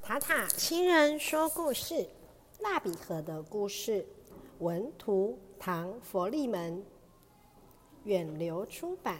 塔塔星人说故事，蜡笔盒的故事，文图唐佛利门，远流出版。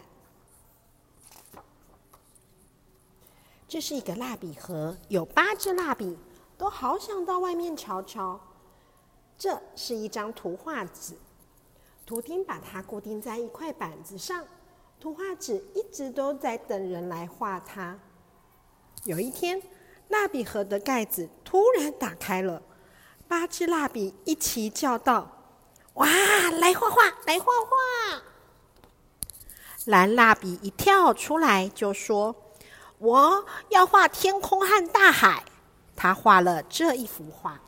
这是一个蜡笔盒，有8支蜡笔，都好想到外面瞧瞧。这是一张图画纸，图钉把它固定在一块板子上，图画纸一直都在等人来画它。有一天，蜡笔盒的盖子突然打开了，8支蜡笔一起叫道：“哇，来画画，来画画！”蓝蜡笔一跳出来就说：“我要画天空和大海。”他画了这一幅画。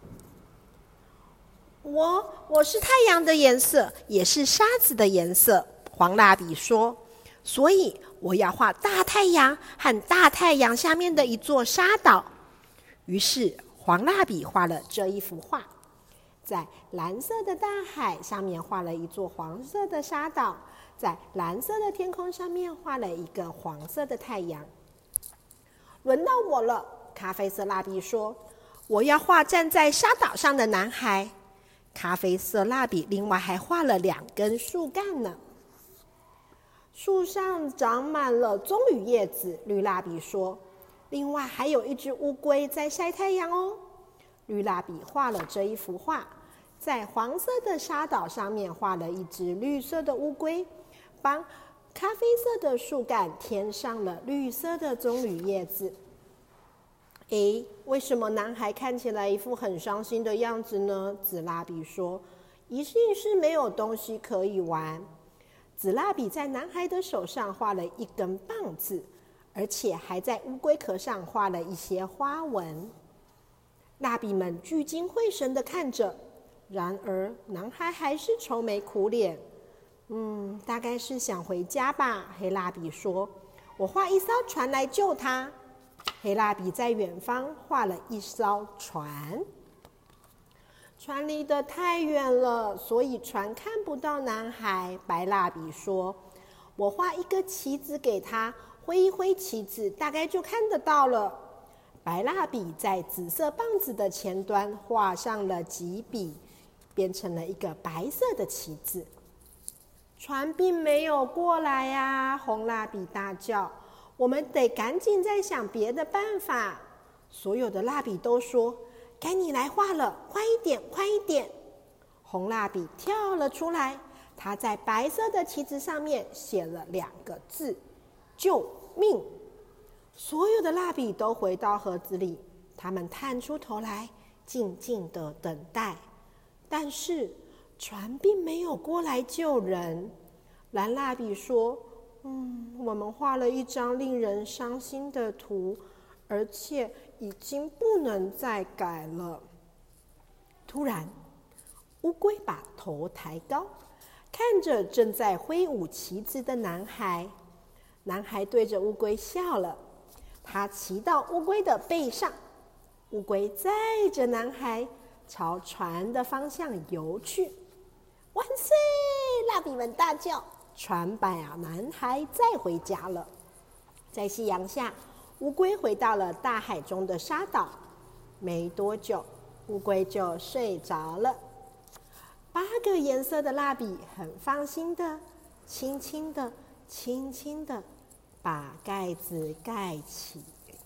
我是太阳的颜色，也是沙子的颜色。黄蜡笔说：“所以我要画大太阳和大太阳下面的一座沙岛。”于是黄蜡笔画了这一幅画，在蓝色的大海上面画了一座黄色的沙岛，在蓝色的天空上面画了一个黄色的太阳。轮到我了，咖啡色蜡笔说：“我要画站在沙岛上的男孩。”咖啡色蜡笔另外还画了2根树干呢。树上长满了棕榈叶子，绿蜡笔说：“另外还有一只乌龟在晒太阳哦。”绿蜡笔画了这一幅画，在黄色的沙岛上面画了一只绿色的乌龟，帮咖啡色的树干添上了绿色的棕榈叶子。诶，为什么男孩看起来一副很伤心的样子呢？紫蜡笔说：“一定是没有东西可以玩。”紫蜡笔在男孩的手上画了一根棒子，而且还在乌龟壳上画了一些花纹。蜡笔们聚精会神地看着，然而男孩还是愁眉苦脸。大概是想回家吧。黑蜡笔说：“我画一艘船来救他。”黑蜡笔在远方画了一艘船，船离得太远了，所以船看不到男孩。白蜡笔说：“我画一个旗子给他，挥一挥旗子，大概就看得到了。”白蜡笔在紫色棒子的前端画上了几笔，变成了一个白色的旗子。船并没有过来呀！红蜡笔大叫：“我们得赶紧再想别的办法。”所有的蜡笔都说：“该你来画了，快一点，快一点！”红蜡笔跳了出来，他在白色的旗子上面写了2个字：“救命！”所有的蜡笔都回到盒子里，他们探出头来，静静地等待。但是船并没有过来救人。蓝蜡笔说：“我们画了一张令人伤心的图，而且已经不能再改了。”突然，乌龟把头抬高，看着正在挥舞旗子的男孩。男孩对着乌龟笑了，他骑到乌龟的背上，乌龟载着男孩朝船的方向游去。万岁！蜡笔们大叫。船把男孩载回家了。在夕阳下，乌龟回到了大海中的沙岛。没多久，乌龟就睡着了。8个颜色的蜡笔很放心的、轻轻的、轻轻的把盖子盖起。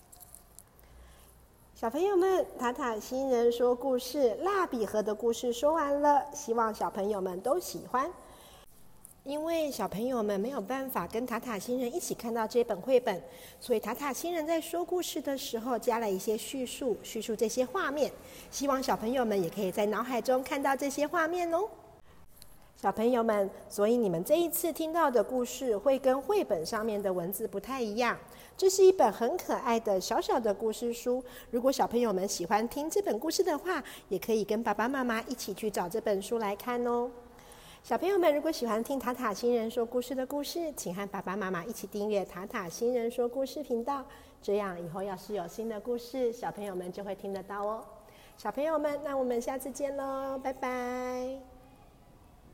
小朋友们，塔塔星人说故事，蜡笔盒的故事说完了，希望小朋友们都喜欢。因为小朋友们没有办法跟塔塔星人一起看到这本绘本，所以塔塔星人在说故事的时候加了一些叙述这些画面，希望小朋友们也可以在脑海中看到这些画面哦。小朋友们，所以你们这一次听到的故事会跟绘本上面的文字不太一样，这是一本很可爱的小小的故事书。如果小朋友们喜欢听这本故事的话，也可以跟爸爸妈妈一起去找这本书来看哦。小朋友们，如果喜欢听塔塔星人说故事的故事，请和爸爸妈妈一起订阅塔塔星人说故事频道，这样以后要是有新的故事，小朋友们就会听得到哦。小朋友们，那我们下次见喽，拜拜。